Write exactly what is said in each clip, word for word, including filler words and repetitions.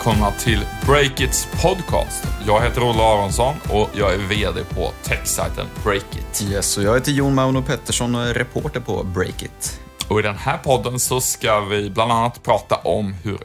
välkomna till Breakits podcast. Jag heter Olle Aronsson och jag är vd på techsajten Breakit. Yes, och jag heter Jon Mauno Pettersson och är reporter på Breakit. Och i den här podden så ska vi bland annat prata om hur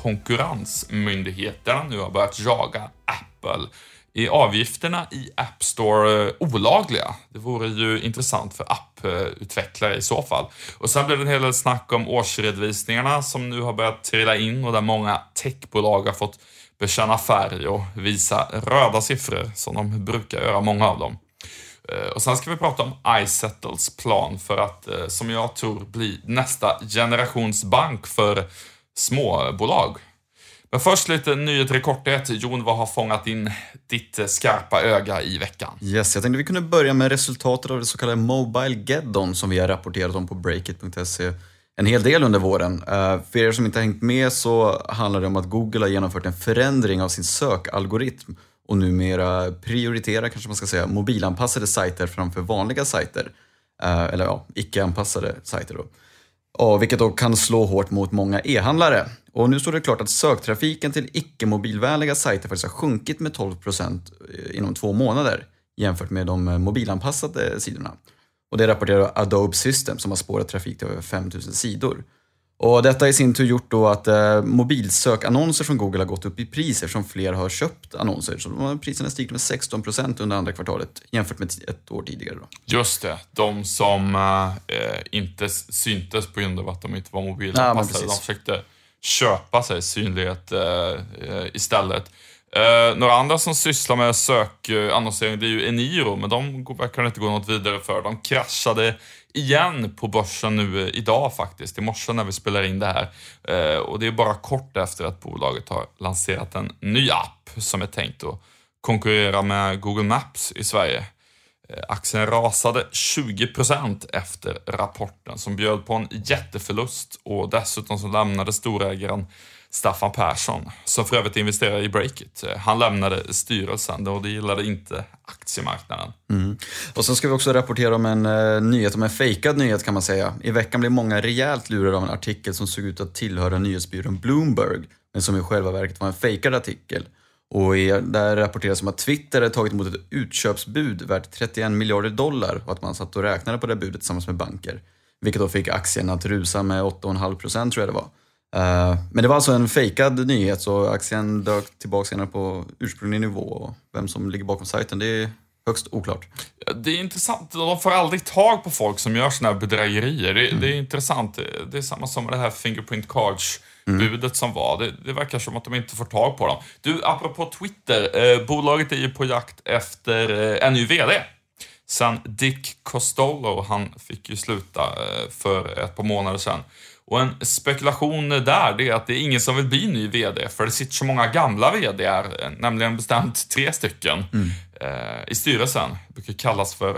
konkurrensmyndigheterna nu har börjat jaga Apple. Är avgifterna i App Store olagliga? Det vore ju intressant för apputvecklare i så fall. Och sen blir det en hel del snack om årsredovisningarna som nu har börjat trilla in och där många techbolag har fått bekänna färg och visa röda siffror som de brukar göra, många av dem. Och sen ska vi prata om iSettles plan för att, som jag tror, bli nästa generations bank för småbolag. Men först lite nyheter i korthet. Jon, vad har fångat in ditt skarpa öga i veckan? Yes, jag tänkte vi kunde börja med resultatet av det så kallade Mobile Geddon som vi har rapporterat om på breakit punkt se en hel del under våren. Uh, för er som inte har hängt med så handlar det om att Google har genomfört en förändring av sin sökalgoritm och numera prioriterar, kanske man ska säga, mobilanpassade sajter framför vanliga sajter. Uh, eller ja, icke-anpassade sajter då. Och vilket då kan slå hårt mot många e-handlare. Och nu står det klart att söktrafiken till icke-mobilvänliga sajter faktiskt har sjunkit med tolv procent inom två månader jämfört med de mobilanpassade sidorna. Och det rapporterar Adobe System som har spårat trafik till över fem tusen sidor. Och detta i sin tur gjort då att eh, mobilsökannonser från Google har gått upp i pris eftersom fler har köpt annonser. Så priserna stigit med sexton procent under andra kvartalet jämfört med ett år tidigare då. Just det, de som eh, inte syntes på grund av att de inte var mobilanpassade, ja, de försökte köpa sig synlighet eh, istället. Eh, några andra som sysslar med sökannonsering, det är ju Eniro, men de verkar inte gå något vidare för. De kraschade igen på börsen nu idag faktiskt, i morse när vi spelar in det här. Eh, och det är bara kort efter att bolaget har lanserat en ny app som är tänkt att konkurrera med Google Maps i Sverige. Aktien rasade tjugo procent efter rapporten som bjöd på en jätteförlust och dessutom så lämnade storägaren Staffan Persson, som för övrigt investerar i Breakit. Han lämnade styrelsen och det gillade inte aktiemarknaden. Mm. Och så ska vi också rapportera om en uh, nyhet, om en fejkad nyhet kan man säga. I veckan blev många rejält lurade av en artikel som såg ut att tillhöra nyhetsbyrån Bloomberg, men som i själva verket var en fejkad artikel. Och i, där rapporteras om att Twitter hade tagit emot ett utköpsbud värt trettioen miljarder dollar och att man satt och räknade på det budet tillsammans med banker. Vilket då fick aktien att rusa med åtta komma fem procent tror jag det var. Uh, men det var alltså en fejkad nyhet så aktien dök tillbaka senare på ursprunglig nivå. Och vem som ligger bakom sajten, det är högst oklart. Det är intressant. De får aldrig tag på folk som gör såna här bedrägerier. Det, mm. det är intressant. Det är samma som med det här Fingerprint Cards budet mm. som var. Det, det verkar som att de inte får tag på dem. Du, apropå Twitter. Eh, bolaget är ju på jakt efter eh, en ny vd. Sen Dick Costolo, han fick ju sluta eh, för ett par månader sedan. Och en spekulation där, det är att det är ingen som vill bli ny vd. För det sitter så många gamla vdar, nämligen bestämt tre stycken mm. eh, i styrelsen. Det brukar kallas för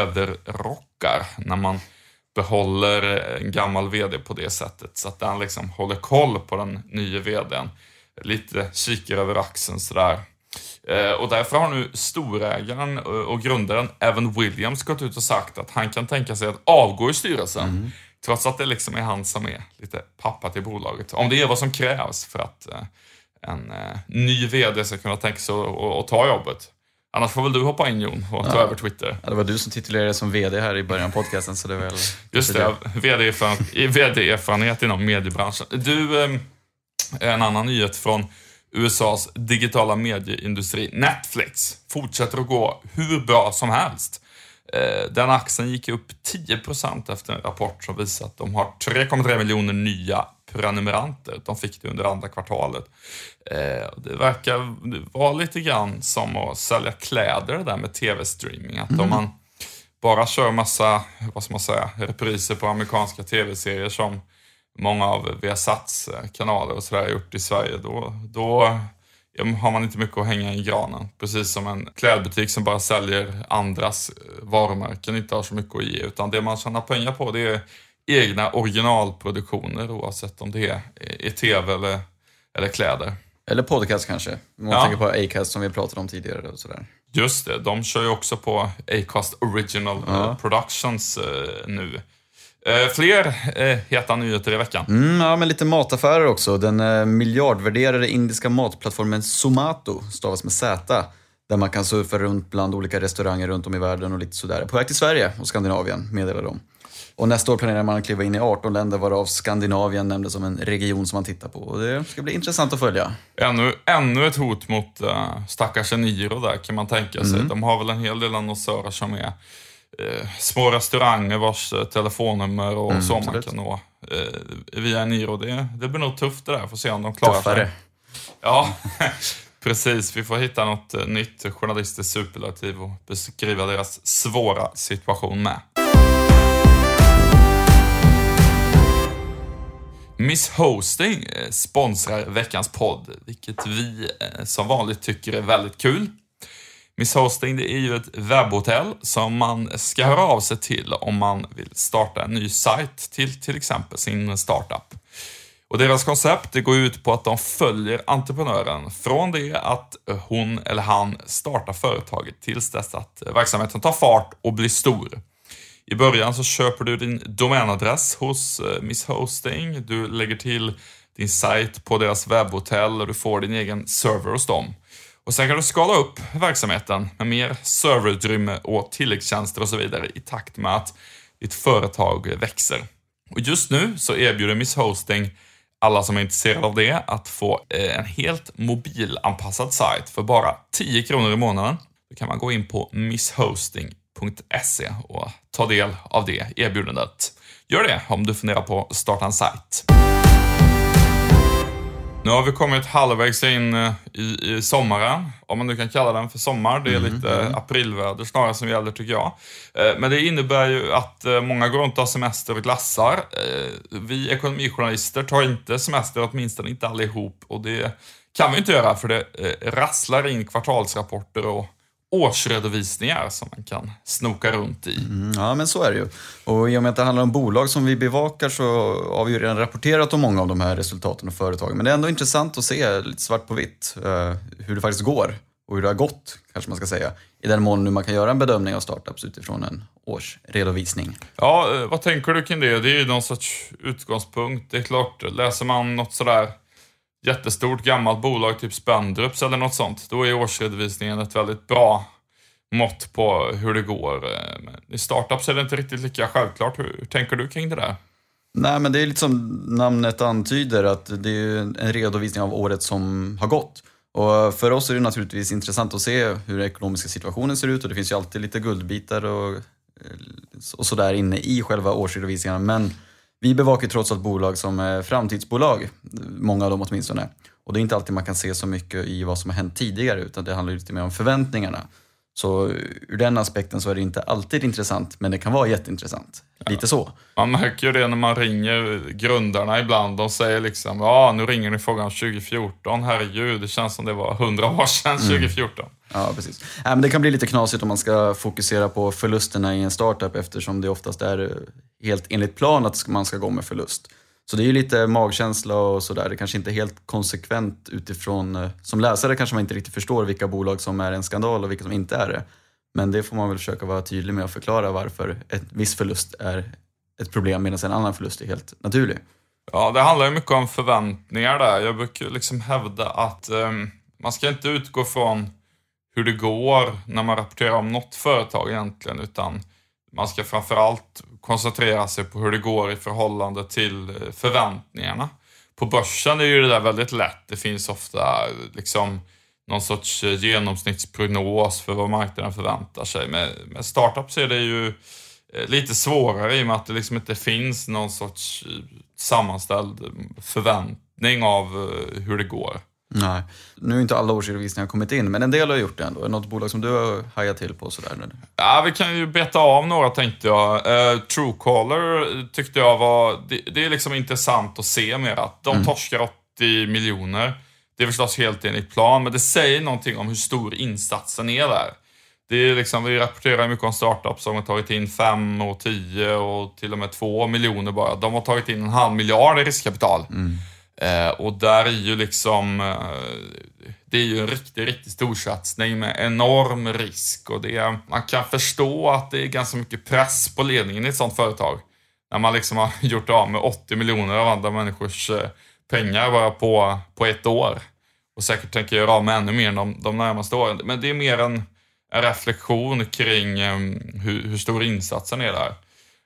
överrockar när man behåller en gammal vd på det sättet. Så att den liksom håller koll på den nya vdn. Lite kikar över axeln sådär. Eh, och därför har nu storägaren och grundaren Evan Williams gått ut och sagt att han kan tänka sig att avgå i styrelsen. Mm. Trots att det liksom är han som är lite pappa till bolaget. Om det är vad som krävs för att eh, en eh, ny vd ska kunna tänka sig att ta jobbet. Annars får väl du hoppa in, Jon, och ta ja. över Twitter. Ja, det var du som titulerade som vd här i början av podcasten. Så det är väl... Just det, vd-erfarenhet inom mediebranschen. Du, eh, en annan nyhet från U S A:s digitala medieindustri. Netflix fortsätter att gå hur bra som helst. Den aktien gick upp tio procent efter en rapport som visar att de har tre komma tre miljoner nya prenumeranter. De fick det under andra kvartalet. Det verkar vara lite grann som att sälja kläder där med tv-streaming. Att mm. om man bara kör massa, vad ska man säga, repriser på amerikanska tv-serier som många av Viasats kanaler och sådär har gjort i Sverige, då... då har man inte mycket att hänga i granen. Precis som en klädbutik som bara säljer andras varumärken inte har så mycket att ge. Utan det man tjänar pengar på, det är egna originalproduktioner, oavsett om det är, är tv eller, eller kläder. Eller podcast kanske. Man ja. tänker på Acast som vi pratade om tidigare och sådär. Just det, de kör ju också på Acast Original ja. Productions eh, nu. Eh, fler eh, heta nyheter i veckan. Mm, ja, men lite mataffärer också. Den eh, miljardvärderade indiska matplattformen Zomato, stavas med Z, där man kan surfa runt bland olika restauranger runt om i världen och lite sådär. På väg till Sverige och Skandinavien, meddelar de. Och nästa år planerar man att kliva in i arton länder, varav Skandinavien nämndes som en region som man tittar på. Och det ska bli intressant att följa. Ännu, ännu ett hot mot uh, stackars Eniro där, kan man tänka sig. Mm. De har väl en hel del annonsörer som är uh, små restauranger vars uh, telefonnummer och mm, så man kan nå uh, via Eniro. Det, det blir nog tufft det där, får se om de klarar Tuffare. sig. Ja, precis. Vi får hitta något uh, nytt journalistiskt superlativ och beskriva deras svåra situation med. Miss Hosting sponsrar veckans podd, vilket vi som vanligt tycker är väldigt kul. Miss Hosting, det är ju ett webbhotell som man ska höra av sig till om man vill starta en ny sajt till till exempel sin startup. Och deras koncept, det går ut på att de följer entreprenören från det att hon eller han startar företaget tills dess att verksamheten tar fart och blir stor. I början så köper du din domänadress hos Miss Hosting. Du lägger till din sajt på deras webbhotell och du får din egen server hos dem. Och sen kan du skala upp verksamheten med mer serverutrymme och tilläggstjänster och så vidare i takt med att ditt företag växer. Och just nu så erbjuder Miss Hosting alla som är intresserade av det att få en helt mobilanpassad sajt för bara tio kronor i månaden. Då kan man gå in på misshosting punkt se och ta del av det erbjudandet. Gör det om du funderar på att starta en sajt. Nu har vi kommit halvvägs in i, i sommaren, om man nu kan kalla den för sommar. Det är mm, lite mm. aprilväder snarare som gäller, tycker jag. Men det innebär ju att många går runt och har semester och glassar. Vi ekonomijournalister tar inte semester, åtminstone inte allihop. Och det kan vi inte göra, för det rasslar in kvartalsrapporter och årsredovisningar som man kan snoka runt i. Mm, ja, men så är det ju. Och i och med att det handlar om bolag som vi bevakar så har vi ju redan rapporterat om många av de här resultaten och företagen. Men det är ändå intressant att se lite svart på vitt uh, hur det faktiskt går och hur det har gått, kanske man ska säga. I den mån nu man kan göra en bedömning av startups utifrån en årsredovisning. Ja, vad tänker du kring det? Det är ju någon sorts utgångspunkt. Det är klart, läser man något sådär jättestort gammalt bolag, typ Spendrups eller något sånt, då är årsredovisningen ett väldigt bra mått på hur det går. Men i startups är det inte riktigt lika självklart. Hur tänker du kring det där? Nej, men det är lite som namnet antyder, att det är en redovisning av året som har gått. Och för oss är det naturligtvis intressant att se hur den ekonomiska situationen ser ut, och det finns ju alltid lite guldbitar och, och sådär inne i själva årsredovisningarna. Men vi bevakar trots allt bolag som är framtidsbolag, många av dem åtminstone. Och det är inte alltid man kan se så mycket i vad som har hänt tidigare, utan det handlar lite mer om förväntningarna. Så ur den aspekten så är det inte alltid intressant, men det kan vara jätteintressant. Ja. Lite så. Man märker ju det när man ringer grundarna ibland. De säger liksom, ja nu ringer ni frågan tjugo fjorton. Herregud, det känns som det var hundra år sedan tjugo fjorton. Mm. Ja, precis. Ja, men det kan bli lite knasigt om man ska fokusera på förlusterna i en startup, eftersom det oftast är helt enligt plan att man ska gå med förlust. Så det är ju lite magkänsla och sådär. Det kanske inte är helt konsekvent utifrån, som läsare kanske man inte riktigt förstår vilka bolag som är en skandal och vilka som inte är det. Men det får man väl försöka vara tydlig med att förklara varför ett viss förlust är ett problem medan en annan förlust är helt naturlig. Ja, det handlar ju mycket om förväntningar där. Jag brukar liksom hävda att um, man ska inte utgå från hur det går när man rapporterar om något företag egentligen, utan man ska framförallt koncentrera sig på hur det går i förhållande till förväntningarna. På börsen är ju det där väldigt lätt. Det finns ofta liksom någon sorts genomsnittsprognos för vad marknaden förväntar sig. Med, med startups är det ju lite svårare i och med att det liksom inte finns någon sorts sammanställd förväntning av hur det går. Nej, nu är inte alla årsredovisningar kommit in, men en del har gjort det ändå. Är det något bolag som du har hajat till på sådär? Ja, vi kan ju beta av några, tänkte jag. Uh, Truecaller tyckte jag var... Det, det är liksom intressant att se mer att de mm. torskar åttio miljoner. Det är förstås helt enligt plan, men det säger någonting om hur stor insatsen är där. Det är liksom, vi rapporterar mycket om startups som har tagit in fem och tio och till och med två miljoner bara. De har tagit in en halv miljard i riskkapital. Mm. Eh, och där är ju liksom eh, det är ju en riktigt, riktigt stor satsning med enorm risk, och det är, man kan förstå att det är ganska mycket press på ledningen i ett sånt företag när man liksom har gjort av med åttio miljoner av andra människors pengar bara på, på ett år. Och säkert tänker göra av med ännu mer de, de närmaste åren. Men det är mer en, en reflektion kring um, hur, hur stor insatsen är där.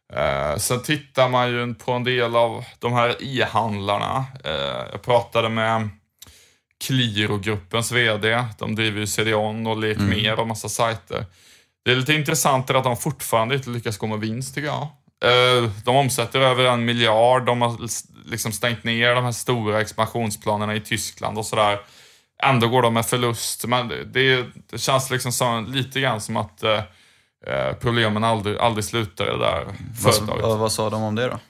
Uh, sen tittar man ju på en del av de här e-handlarna. Uh, jag pratade med Qliro-gruppens vd. De driver ju C D O N och Lek mm. mer och massa sajter. Det är lite intressant att de fortfarande inte lyckas gå med vinst, tycker jag. Uh, de omsätter över en miljard. De har liksom stängt ner de här stora expansionsplanerna i Tyskland och sådär. Ändå går de med förlust. Men det, det känns liksom så, lite grann som att uh, problemen aldrig, aldrig slutar i det där företaget. Vad, vad sa de om det då?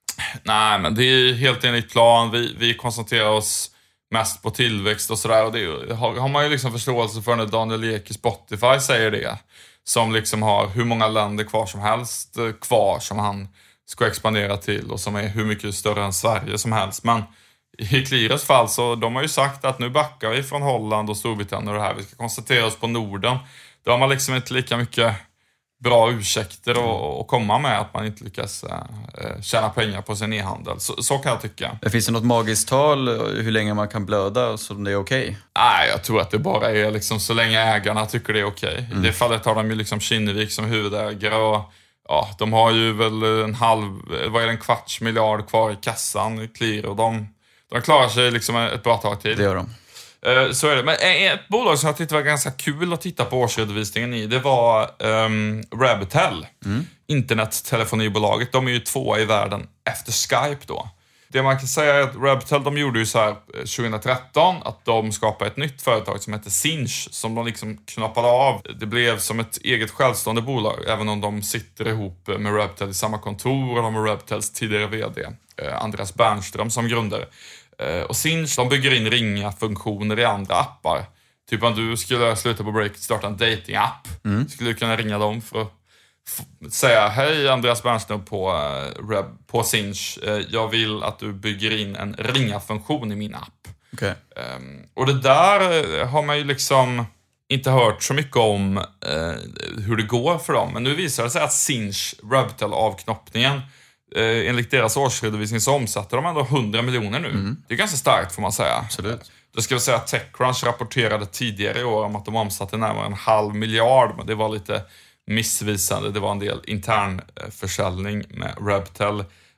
Nej, men det är helt enligt plan. Vi, vi koncentrerar oss mest på tillväxt och sådär. Och det har, har man ju liksom förståelse för när Daniel Ek i Spotify säger det. Som liksom har hur många länder kvar som helst kvar som han ska expandera till. Och som är hur mycket större än Sverige som helst. Men i Qliros fall så de har ju sagt att nu backar vi från Holland och Storbritannien och det här. Vi ska koncentrera oss på Norden. Då har man liksom inte lika mycket bra ursäkter att komma med att man inte lyckas äh, tjäna pengar på sin e-handel. Så, så kan jag tycka. Det finns det något magiskt tal hur länge man kan blöda så det är okej? Okay? Nej, jag tror att det bara är liksom så länge ägarna tycker det är okej. Okay. Mm. I det fallet har de ju liksom Kinnevik som huvudägare och ja, de har ju väl en halv, vad är det, en kvarts miljard kvar i kassan i Qliro. De, de klarar sig liksom ett bra tag till. Det gör de. Så är det. Men ett bolag som jag tyckte var ganska kul att titta på årsredovisningen i, det var um, Rabotel. Mm. Internettelefonibolaget. De är ju två i världen efter Skype då. Det man kan säga är att Rabotel, de gjorde ju så här tjugohundratretton att de skapade ett nytt företag som heter Sinch som de liksom knappade av. Det blev som ett eget självstående bolag även om de sitter ihop med Rabotel i samma kontor och de har Rabotels tidigare vd Andreas Bernström som grundare. Och Sinch, de bygger in ringa-funktioner i andra appar. Typ om du skulle sluta på break starta en dating-app. Mm. Skulle du kunna ringa dem för att f- säga hej Andreas Bernström på, uh, på Sinch. Uh, jag vill att du bygger in en ringa-funktion i min app. Okay. Um, och det där uh, har man ju liksom inte hört så mycket om uh, hur det går för dem. Men nu visar det sig att Sinch, Rabotel-avknoppningen, Eh, enligt deras årsredovisning så omsätter de ändå hundra miljoner nu. Mm. Det är ganska starkt får man säga. Absolut. Då ska vi säga att TechCrunch rapporterade tidigare i år om att de omsatte närmare en halv miljard. Men det var lite missvisande. Det var en del intern eh, försäljning med Rabotel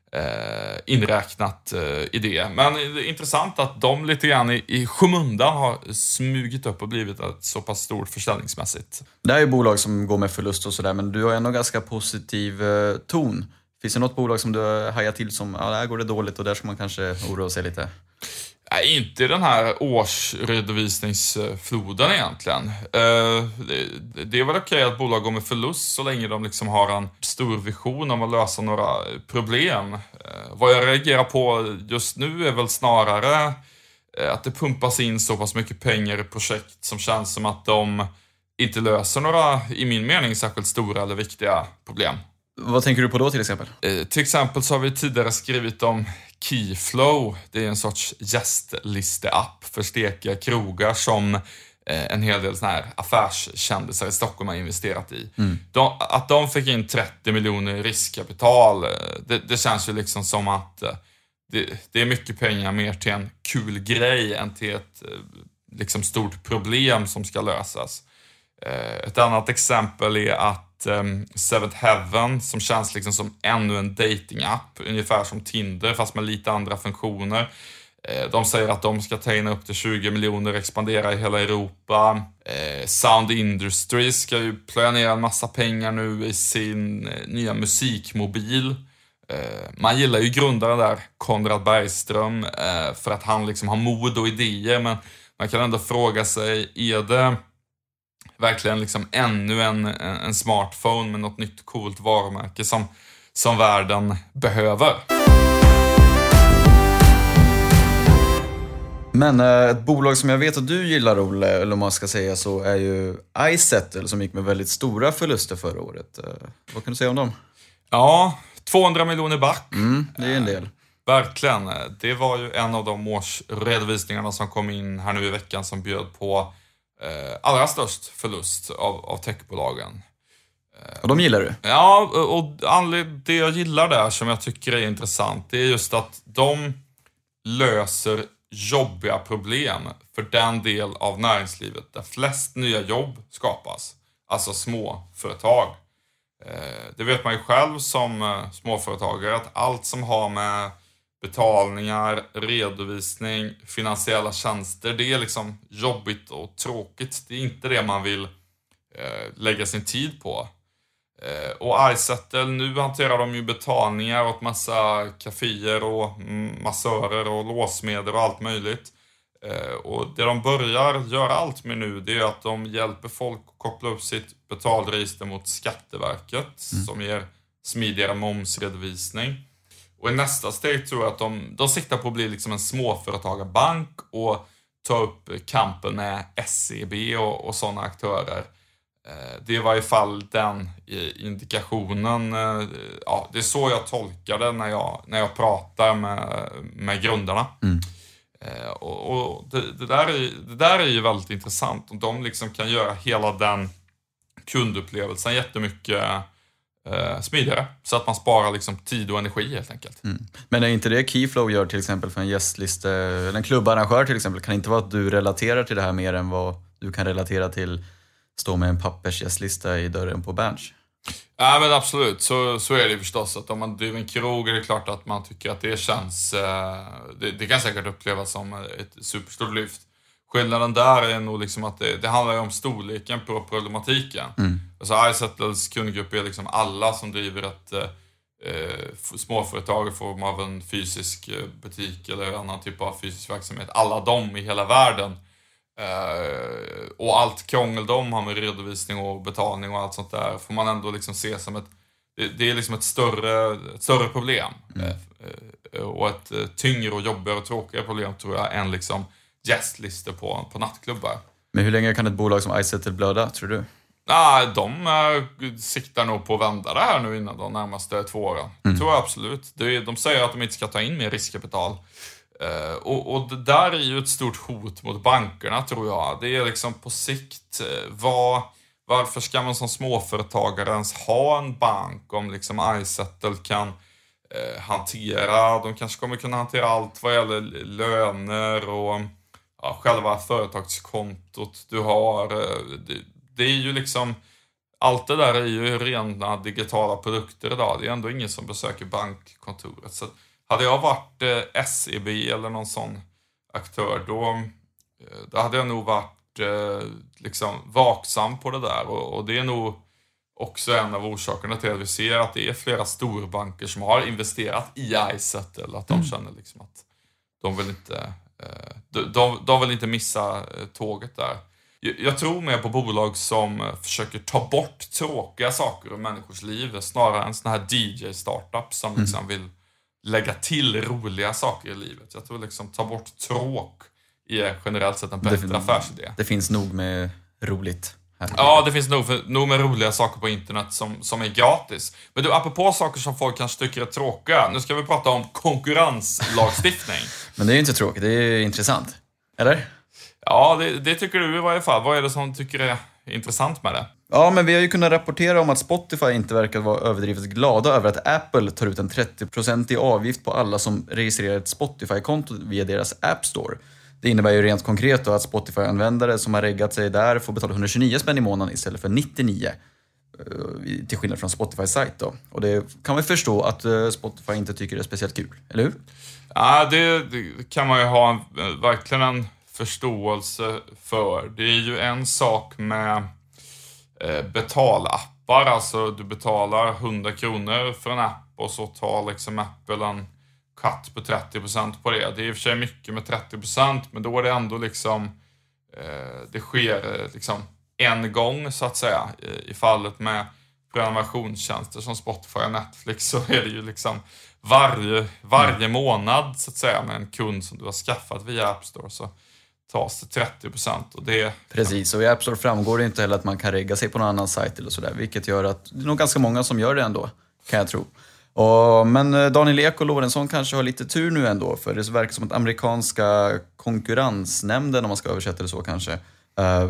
eh, inräknat eh, i det. Men det är intressant att de lite grann i, i skymundan har smugit upp och blivit ett så pass stort försäljningsmässigt. Det är ju bolag som går med förlust och sådär, men du har ändå ganska positiv eh, ton. Finns det något bolag som du hajar till som, ja, där går det dåligt och där ska man kanske oroa sig lite? Nej, inte den här årsredovisningsfloden egentligen. Uh, det, det är väl okej att bolag går med förlust så länge de liksom har en stor vision om att lösa några problem. Uh, vad jag reagerar på just nu är väl snarare uh, att det pumpas in så pass mycket pengar i projekt som känns som att de inte löser några, i min mening, särskilt stora eller viktiga problem. Vad tänker du på då till exempel? Eh, till exempel så har vi tidigare skrivit om Keyflow. Det är en sorts gästlisteapp för stekiga krogar som eh, en hel del såna här affärskändisar i Stockholm har investerat i. Mm. De, att de fick in trettio miljoner riskkapital, det, det känns ju liksom som att eh, det, det är mycket pengar mer till en kul grej än till ett eh, liksom stort problem som ska lösas. Eh, ett annat exempel är att Um, Seventh Heaven som känns liksom som ännu en dating-app, ungefär som Tinder fast med lite andra funktioner. Uh, de säger att de ska ta in upp till tjugo miljoner, expandera i hela Europa. Uh, Sound Industry ska ju planera en massa pengar nu i sin uh, nya musikmobil. Uh, man gillar ju grundaren där, Konrad Bergström, uh, för att han liksom har mod och idéer, men man kan ändå fråga sig, är det verkligen liksom ännu en, en smartphone med något nytt coolt varumärke som, som världen behöver? Men ett bolag som jag vet att du gillar, Olle, eller om man ska säga så, är ju iSettle som gick med väldigt stora förluster förra året. Vad kan du säga om dem? Ja, tvåhundra miljoner back. Mm, det är en del. Eh, verkligen. Det var ju en av de årsredovisningarna som kom in här nu i veckan som bjöd på Eh, allra störst förlust av, av techbolagen. Och de gillar du? Ja, och det jag gillar där som jag tycker är intressant, det är just att de löser jobbiga problem för den del av näringslivet där flest nya jobb skapas. Alltså småföretag. Det vet man ju själv som småföretagare, att allt som har med betalningar, redovisning, finansiella tjänster, det är liksom jobbigt och tråkigt. Det är inte det man vill lägga sin tid på. Och iSettle, nu hanterar de ju betalningar åt massa kaféer och massörer och låsmeder och allt möjligt. Och det de börjar göra allt med nu, det är att de hjälper folk att koppla upp sitt betalregister mot Skatteverket mm. som ger smidigare momsredovisning. Och i nästa steg tror jag att de, de siktar på att bli liksom en småföretagarbank och ta upp kampen med S E B och, och sådana aktörer. Det är i varje fall den indikationen, ja, det är så jag tolkar det när jag, när jag pratar med, med grundarna. Mm. Och, och det, det, där är, det där är ju väldigt intressant, om de liksom kan göra hela den kundupplevelsen jättemycket eh, smidigare, så att man sparar liksom tid och energi helt enkelt. Mm. Men är inte det Keyflow gör till exempel för en gästliste, en klubbarrangör till exempel, kan det inte vara att du relaterar till det här mer än vad du kan relatera till stå med en pappersgästlista i dörren på Berns? Ja, men absolut, så, så är det förstås, att om man driver en krog är det klart att man tycker att det känns, eh, det, det kan säkert upplevas som ett superstort lyft. Skillnaden där är nog liksom att det, det handlar om storleken på problematiken. Mm. Alltså iSettles kundgrupp är liksom alla som driver ett eh, småföretag i form av en fysisk butik eller annan typ av fysisk verksamhet. Alla de i hela världen. Uh, och allt krångel de har med redovisning och betalning och allt sånt där får man ändå liksom se som ett det, det är liksom ett större, ett större problem mm. uh, och ett uh, tyngre och jobbigare och tråkigare problem tror jag än liksom gästlistor på, på nattklubbar. Men hur länge kan ett bolag som iSettle blöda, tror du? Nej, de uh, siktar nog på att vända det här nu innan de närmaste två åren. Mm. Det tror jag absolut. Det, de säger att de inte ska ta in mer riskkapital. Uh, och, och det där är ju ett stort hot mot bankerna, tror jag. Det är liksom på sikt, uh, vad, varför ska man som småföretagare ens ha en bank om liksom iSettle kan uh, hantera, de kanske kommer kunna hantera allt vad gäller löner och uh, själva företagskontot du har. Uh, det, det är ju liksom, allt det där är ju rena digitala produkter idag. Det är ändå ingen som besöker bankkontoret, så hade jag varit eh, S E B eller någon sån aktör, då, eh, då hade jag nog varit eh, liksom vaksam på det där. Och, och det är nog också en av orsakerna till att vi ser att det är flera storbanker som har investerat i iSettle, eller att de mm. känner liksom att de vill inte, eh, de, de, de vill inte missa eh, tåget där. Jag, jag tror mer på bolag som eh, försöker ta bort tråkiga saker ur människors liv, snarare än såna här D J-startups som liksom mm. vill lägga till roliga saker i livet. Jag tror liksom ta bort tråk är generellt sett en bättre det, affärsidé. Det finns nog med roligt här. Ja, det finns nog, för, nog med roliga saker på internet som, som är gratis. Men du, apropå saker som folk kanske tycker är tråkiga, nu ska vi prata om konkurrenslagstiftning. Men det är ju inte tråkigt, det är intressant. Eller? Ja, det, det tycker du i varje fall. Vad är det som tycker är intressant med det? Ja, men vi har ju kunnat rapportera om att Spotify inte verkar vara överdrivet glada över att Apple tar ut en trettio-procentig avgift på alla som registrerar ett Spotify-konto via deras App Store. Det innebär ju rent konkret då att Spotify-användare som har reggat sig där får betala etthundratjugonio spänn i månaden istället för nittionio. Till skillnad från Spotify-sajt då. Och det kan man förstå att Spotify inte tycker det är speciellt kul, eller hur? Ja, det, det kan man ju ha en, verkligen en förståelse för. Det är ju en sak med betalappar, alltså du betalar hundra kronor för en app och så tar liksom Apple en cut på trettio procent på det. Det är i och för sig mycket med trettio procent, men då är det ändå liksom eh, det sker liksom en gång så att säga. I, i fallet med prenumerationstjänster som Spotify och Netflix så är det ju liksom varje, varje mm. månad så att säga med en kund som du har skaffat via App Store så tas det trettio procent. Och det, precis, och i App Store framgår det inte heller att man kan regga sig på någon annan sajt eller sådär, vilket gör att det är nog ganska många som gör det ändå, kan jag tro. Och, men Daniel Ek och Lorentzon kanske har lite tur nu ändå, för det verkar som att amerikanska konkurrensnämnden, om man ska översätta det så kanske, uh,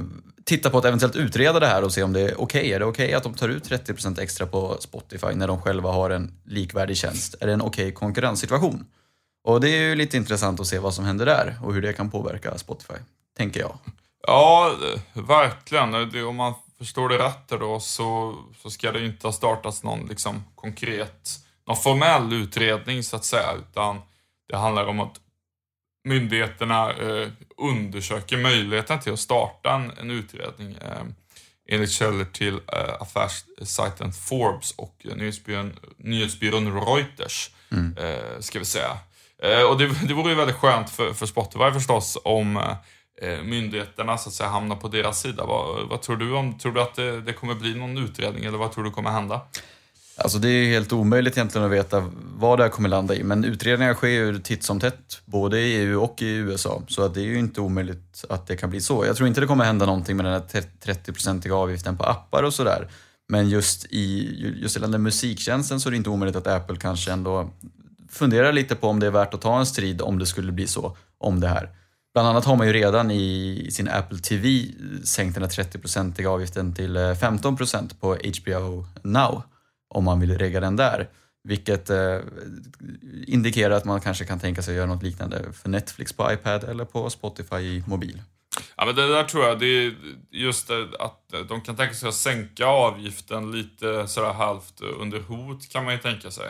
titta på att eventuellt utreda det här och se om det är okej. Okay. Är det okej okay att de tar ut trettio procent extra på Spotify när de själva har en likvärdig tjänst? Är det en okej okay konkurrenssituation? Och det är ju lite intressant att se vad som händer där och hur det kan påverka Spotify, tänker jag. Ja, verkligen. Om man förstår det rätt då så, så ska det inte ha startats någon liksom konkret, någon formell utredning så att säga, utan det handlar om att myndigheterna eh, undersöker möjligheten till att starta en, en utredning eh, enligt källor till eh, affärssajten Forbes och eh, nyhetsbyrån, nyhetsbyrån Reuters mm. eh, ska vi säga. Eh, och det, det vore ju väldigt skönt för, för Spotify förstås om eh, myndigheterna så att säga hamnar på deras sida. Vad, vad tror du om? Tror du att det, det kommer bli någon utredning eller vad tror du kommer hända? Alltså det är helt omöjligt egentligen att veta vad det här kommer landa i. Men utredningar sker ju titt som tätt, både i E U och i U S A. Så att det är ju inte omöjligt att det kan bli så. Jag tror inte det kommer hända någonting med den här trettio-procentiga avgiften på appar och sådär. Men just i just gällande musiktjänsten så är det inte omöjligt att Apple kanske ändå funderar lite på om det är värt att ta en strid om det skulle bli så om det här. Bland annat har man ju redan i sin Apple T V sänkt den här trettio-procentiga avgiften till femton procent på H B O Now. Om man vill regga den där. Vilket eh, indikerar att man kanske kan tänka sig göra något liknande för Netflix på iPad eller på Spotify i mobil. Ja, men det där tror jag, det är just det, att de kan tänka sig att sänka avgiften lite sådär halvt under hot kan man ju tänka sig.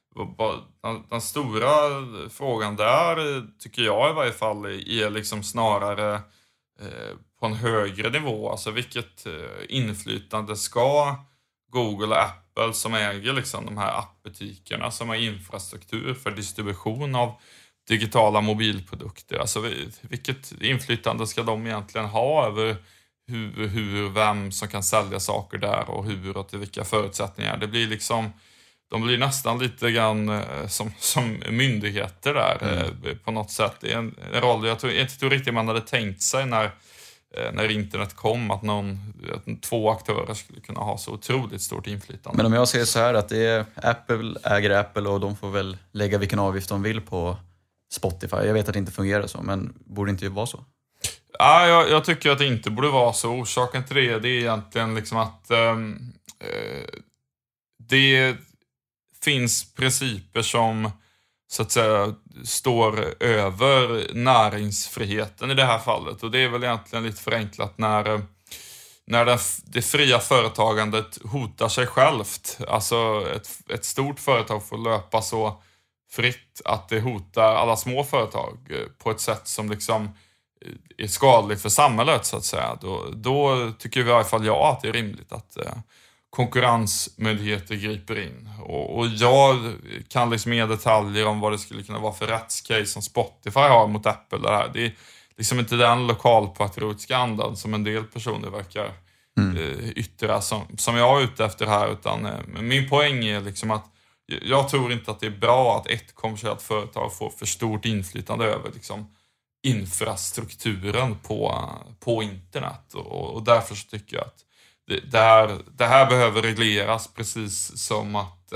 Den stora frågan där tycker jag i varje fall är liksom snarare eh, på en högre nivå. Alltså vilket inflytande ska Google och Apple som äger liksom de här appbutikerna som har infrastruktur för distribution av digitala mobilprodukter. Alltså vilket inflytande ska de egentligen ha över hur, hur vem som kan sälja saker där och hur och till vilka förutsättningar. Det blir liksom, de blir nästan lite grann som, som myndigheter där mm. på något sätt. Det är en, en roll jag tror inte tror riktigt man hade tänkt sig när när internet kom att, någon, att två aktörer skulle kunna ha så otroligt stort inflytande. Men om jag säger så här att det är Apple äger Apple och de får väl lägga vilken avgift de vill på Spotify. Jag vet att det inte fungerar så, men borde det inte vara så? Ja, jag, jag tycker att det inte borde vara så. Orsaken till det, det är egentligen liksom att um, eh, det finns principer som så att säga står över näringsfriheten i det här fallet. Och det är väl egentligen lite förenklat när, när det, det fria företagandet hotar sig självt. Alltså ett, ett stort företag får löpa så fritt att det hotar alla små företag på ett sätt som liksom är skadligt för samhället så att säga. Då, då tycker vi i alla fall jag att det är rimligt att konkurrensmyndigheter griper in. Och, och jag kan liksom inga detaljer om vad det skulle kunna vara för rättscase som Spotify har mot Apple. Det, här. Det är liksom inte den lokalpatriotiska andan som en del personer verkar mm. eh, yttra som, som jag är ute efter här. Utan eh, min poäng är liksom att jag tror inte att det är bra att ett kommersiellt företag får för stort inflytande över liksom, infrastrukturen på, på internet. Och, och därför så tycker jag att Det, det, här, det här behöver regleras precis som att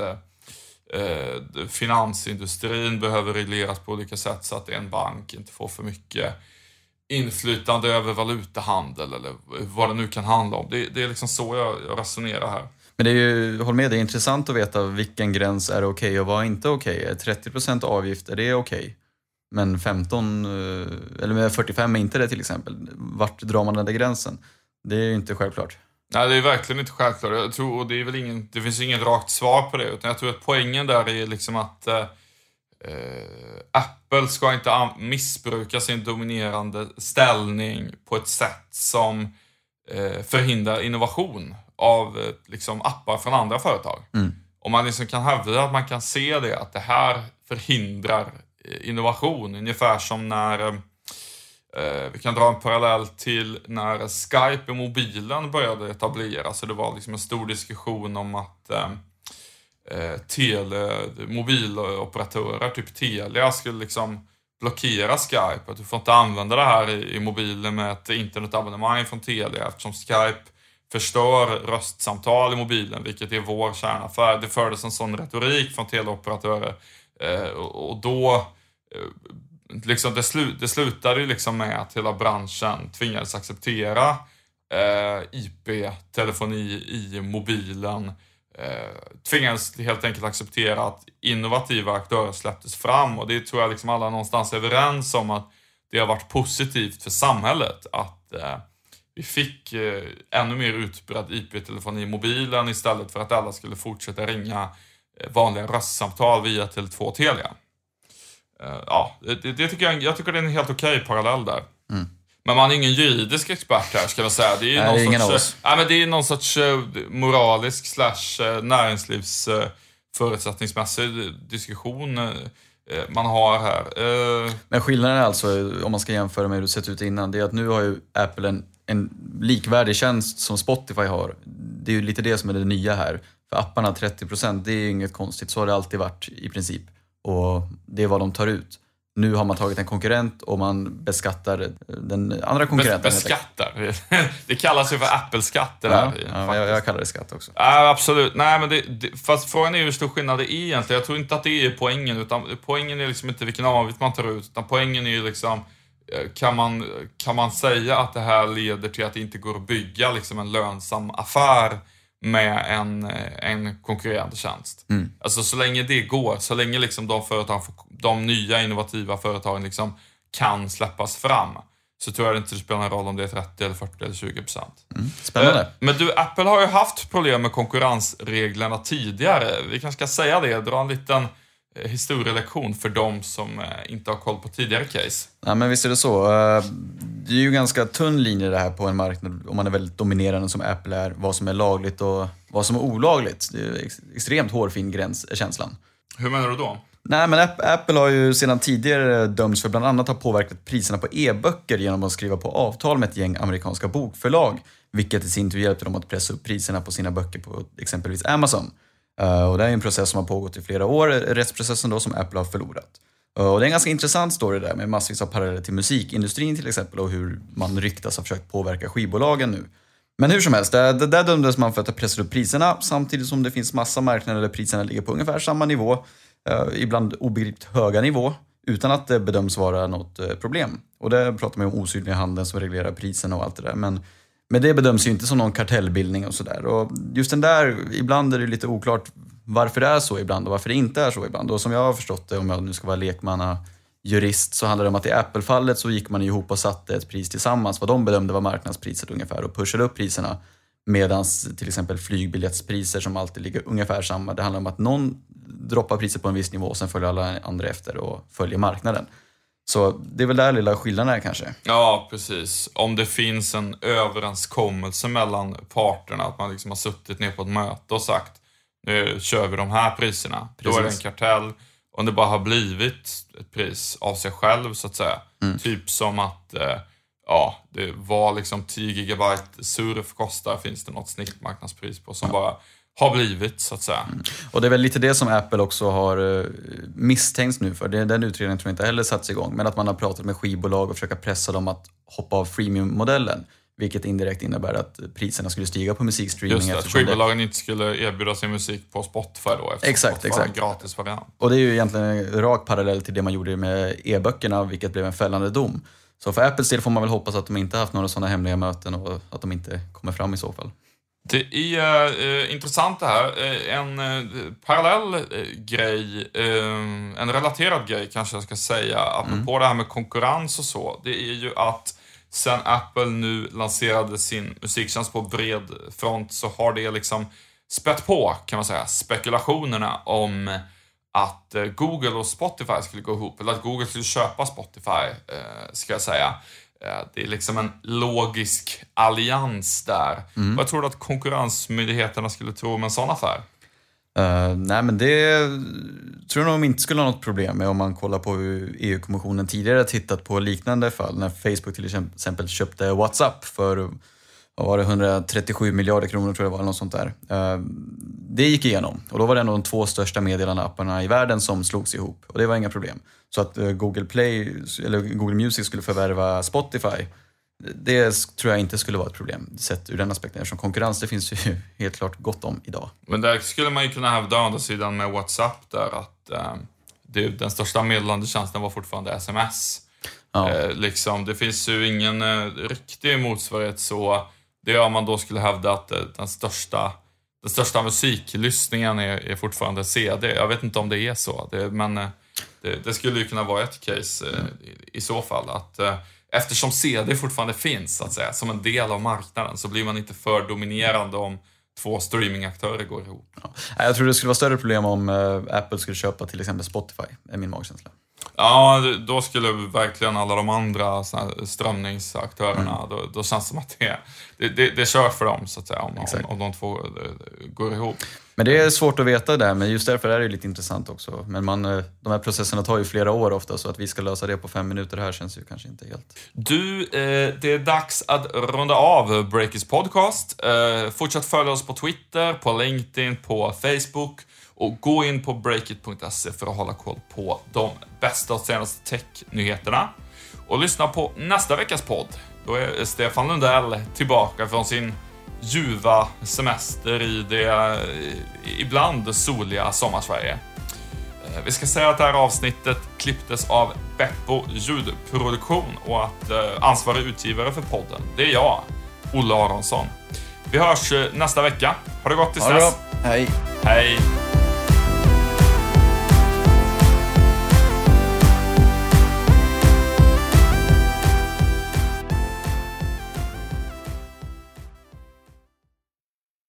eh, finansindustrin behöver regleras på olika sätt så att en bank inte får för mycket inflytande över valutahandel eller vad det nu kan handla om. Det, det är liksom så jag, jag resonerar här. Men det är ju, håll med, det är intressant att veta vilken gräns är okej okay och vad är inte okej. Okay. trettio procent avgift, är det okej? Okay? Men femton eller med fyrtiofem är inte det till exempel. Vart drar man den där gränsen? Det är ju inte självklart. Nej, det är verkligen inte självklart. Jag tror, och det, är väl ingen, det finns inget rakt svar på det. Utan jag tror att poängen där är liksom att eh, Apple ska inte missbruka sin dominerande ställning på ett sätt som eh, förhindrar innovation av eh, liksom appar från andra företag. Mm. Om man liksom kan hävda att man kan se det, att det här förhindrar innovation. Ungefär som när... Eh, Vi kan dra en parallell till när Skype i mobilen började etableras. Så det var liksom en stor diskussion om att eh, tele, mobiloperatörer, typ Telia, skulle liksom blockera Skype. Att du får inte använda det här i, i mobilen med ett internetabonnemang från Telia eftersom Skype förstör röstsamtal i mobilen, vilket är vår kärnaffär. Det fördes en sån retorik från teleoperatörer eh, och då... Eh, Liksom det, slu, det slutade ju liksom med att hela branschen tvingades acceptera eh, I P-telefoni i mobilen. Eh, tvingades helt enkelt acceptera att innovativa aktörer släpptes fram, och det tror jag liksom alla någonstans är överens om att det har varit positivt för samhället att eh, vi fick eh, ännu mer utbredd I P-telefoni i mobilen istället för att alla skulle fortsätta ringa eh, vanliga röstsamtal via Tele två och Telia. Eh, ja, det, det tycker jag, jag tycker det är en helt okej parallell där. Mm. Men man är ingen juridisk expert här, ska man säga. Det är, Nej, någon det är ingen sorts, av oss. Ja, men det är någon sorts uh, moralisk slash uh, näringslivs uh, förutsättningsmässig diskussion uh, man har här. Uh, Men skillnaden är alltså, om man ska jämföra med hur det sett ut innan, det är att nu har ju Apple en, en likvärdig tjänst som Spotify har. Det är ju lite det som är det nya här. För apparna trettio procent, det är ju inget konstigt. Så har det alltid varit i princip. Och det är vad de tar ut. Nu har man tagit en konkurrent och man beskattar den andra konkurrenten. Beskattar? Det kallas ju för Apple-skatt. Det ja, där, ja, jag, jag kallar det skatt också. Ja, absolut. Nej, men det, det, fast frågan är ju hur stor skillnad det är egentligen. Jag tror inte att det är poängen, utan poängen är liksom inte vilken avgift man tar ut, utan poängen är ju liksom, kan man, kan man säga att det här leder till att det inte går att bygga liksom en lönsam affär med en, en konkurrerande tjänst. Mm. Alltså så länge det går, så länge liksom de, företag, de nya innovativa företagen liksom kan släppas fram, så tror jag inte det spelar någon roll om det är trettio eller fyrtio eller tjugo procent. Mm. Spännande. Men du, Apple har ju haft problem med konkurrensreglerna tidigare. Vi kanske ska säga det, dra en liten historielektion för de som inte har koll på tidigare case. Ja, men visst är det så. Det är ju ganska tunn linje det här på en marknad, om man är väldigt dominerande som Apple är, vad som är lagligt och vad som är olagligt. Det är extremt hårfin gräns, är känslan. Hur menar du då? Nej, men Apple har ju sedan tidigare dömts för bland annat att ha påverkat priserna på e-böcker genom att skriva på avtal med ett gäng amerikanska bokförlag, vilket i sin tur hjälpte dem att pressa upp priserna på sina böcker på exempelvis Amazon. Uh, och det är en process som har pågått i flera år, rättsprocessen då som Apple har förlorat. Uh, och det är en ganska intressant story där med massvis av paralleller till musikindustrin till exempel, och hur man ryktas ha försökt påverka skivbolagen nu. Men hur som helst, där, där dömdes man för att ha pressat upp priserna, samtidigt som det finns massa marknader där priserna ligger på ungefär samma nivå, uh, ibland obegripligt höga nivå, utan att det bedöms vara något uh, problem. Och där pratar man om osynliga handeln som reglerar priserna och allt det där, men Men det bedöms ju inte som någon kartellbildning och sådär. Och just den där, ibland är det lite oklart varför det är så ibland och varför det inte är så ibland. Och som jag har förstått det, om jag nu ska vara lekmanna jurist, så handlar det om att i Apple-fallet så gick man ihop och satte ett pris tillsammans, vad de bedömde var marknadspriset ungefär, och pushade upp priserna. Medan till exempel flygbiljettspriser som alltid ligger ungefär samma. Det handlar om att någon droppar priset på en viss nivå och sen följer alla andra efter och följer marknaden. Så det är väl där lilla skillnaden är kanske. Ja, precis. Om det finns en överenskommelse mellan parterna, att man liksom har suttit ner på ett möte och sagt nu kör vi de här priserna. Precis. Då är det en kartell. Om det bara har blivit ett pris av sig själv så att säga. Mm. Typ som att eh, ja, det var liksom tio gigabyte surf kostar, finns det något snittmarknadspris på som ja. bara har blivit så att säga. Mm. Och det är väl lite det som Apple också har misstänkts nu för. Det, den utredningen tror jag inte heller satts igång. Men att man har pratat med skivbolag och försöka pressa dem att hoppa av freemium-modellen. Vilket indirekt innebär att priserna skulle stiga på musikstreaming. Just det, att skivbolagen det... inte skulle erbjuda sin musik på Spotify då. Exakt, Spotify exakt. En gratis variant. Och det är ju egentligen en rak parallell till det man gjorde med e-böckerna, vilket blev en fällande dom. Så för Apples del får man väl hoppas att de inte haft några sådana hemliga möten och att de inte kommer fram i så fall. Det är eh, intressant det här. En eh, parallell eh, grej, eh, en relaterad grej kanske jag ska säga, apropå mm. det här med konkurrens och så. Det är ju att sen Apple nu lanserade sin musiktjänst på bred front så har det liksom spett på, kan man säga, spekulationerna om att eh, Google och Spotify skulle gå ihop, eller att Google skulle köpa Spotify, eh, ska jag säga. Det är liksom en logisk allians där. Mm. Vad tror du att konkurrensmyndigheterna skulle tro om en sån affär? Uh, nej men det tror jag nog inte skulle ha något problem med om man kollar på hur E U-kommissionen tidigare har tittat på liknande fall. När Facebook till exempel köpte WhatsApp för vad var det, hundratrettiosju miljarder kronor tror jag var, eller något sånt där. Uh, det gick igenom och då var det en av de två största meddelandeapparna i världen som slogs ihop och det var inga problem. Så att uh, Google Play eller Google Music skulle förvärva Spotify, det tror jag inte skulle vara ett problem sett ur den aspekten, eftersom konkurrens det finns ju helt klart gott om idag. Men där skulle man ju kunna hävda andra sidan med WhatsApp där att uh, det, den största meddelandetjänsten var fortfarande S M S. Ja. Uh, liksom, det finns ju ingen uh, riktig motsvarighet så Det gör man då skulle hävda att den största, den största musiklyssningen är, är fortfarande C D. Jag vet inte om det är så, det, men det, det skulle ju kunna vara ett case mm. i, i så fall. Att, eftersom C D fortfarande finns så att säga, som en del av marknaden, så blir man inte för dominerande om två streamingaktörer går ihop. Ja. Jag tror det skulle vara större problem om Apple skulle köpa till exempel Spotify, är min magkänsla. Ja, då skulle verkligen alla de andra strömningsaktörerna, mm. då, då känns det som att det, det, det, det kör för dem så att säga, om, om, om de två går ihop. Men det är svårt att veta där, men just därför är det lite intressant också. Men man, de här processerna tar ju flera år ofta, så att vi ska lösa det på fem minuter här känns ju kanske inte helt... Du, eh, det är dags att runda av Breakits podcast. Eh, fortsätt följa oss på Twitter, på LinkedIn, på Facebook. Och gå in på breakit punkt se för att hålla koll på de bästa och senaste tech-nyheterna. Och lyssna på nästa veckas podd. Då är Stefan Lundell tillbaka från sin ljuva semester i det ibland soliga sommarsverige. Vi ska säga att det här avsnittet klipptes av Beppo ljudproduktion och att ansvarig utgivare för podden, det är jag, Olle Aronsson. Vi hörs nästa vecka. Ha det gott tills dess. Hej. Hej.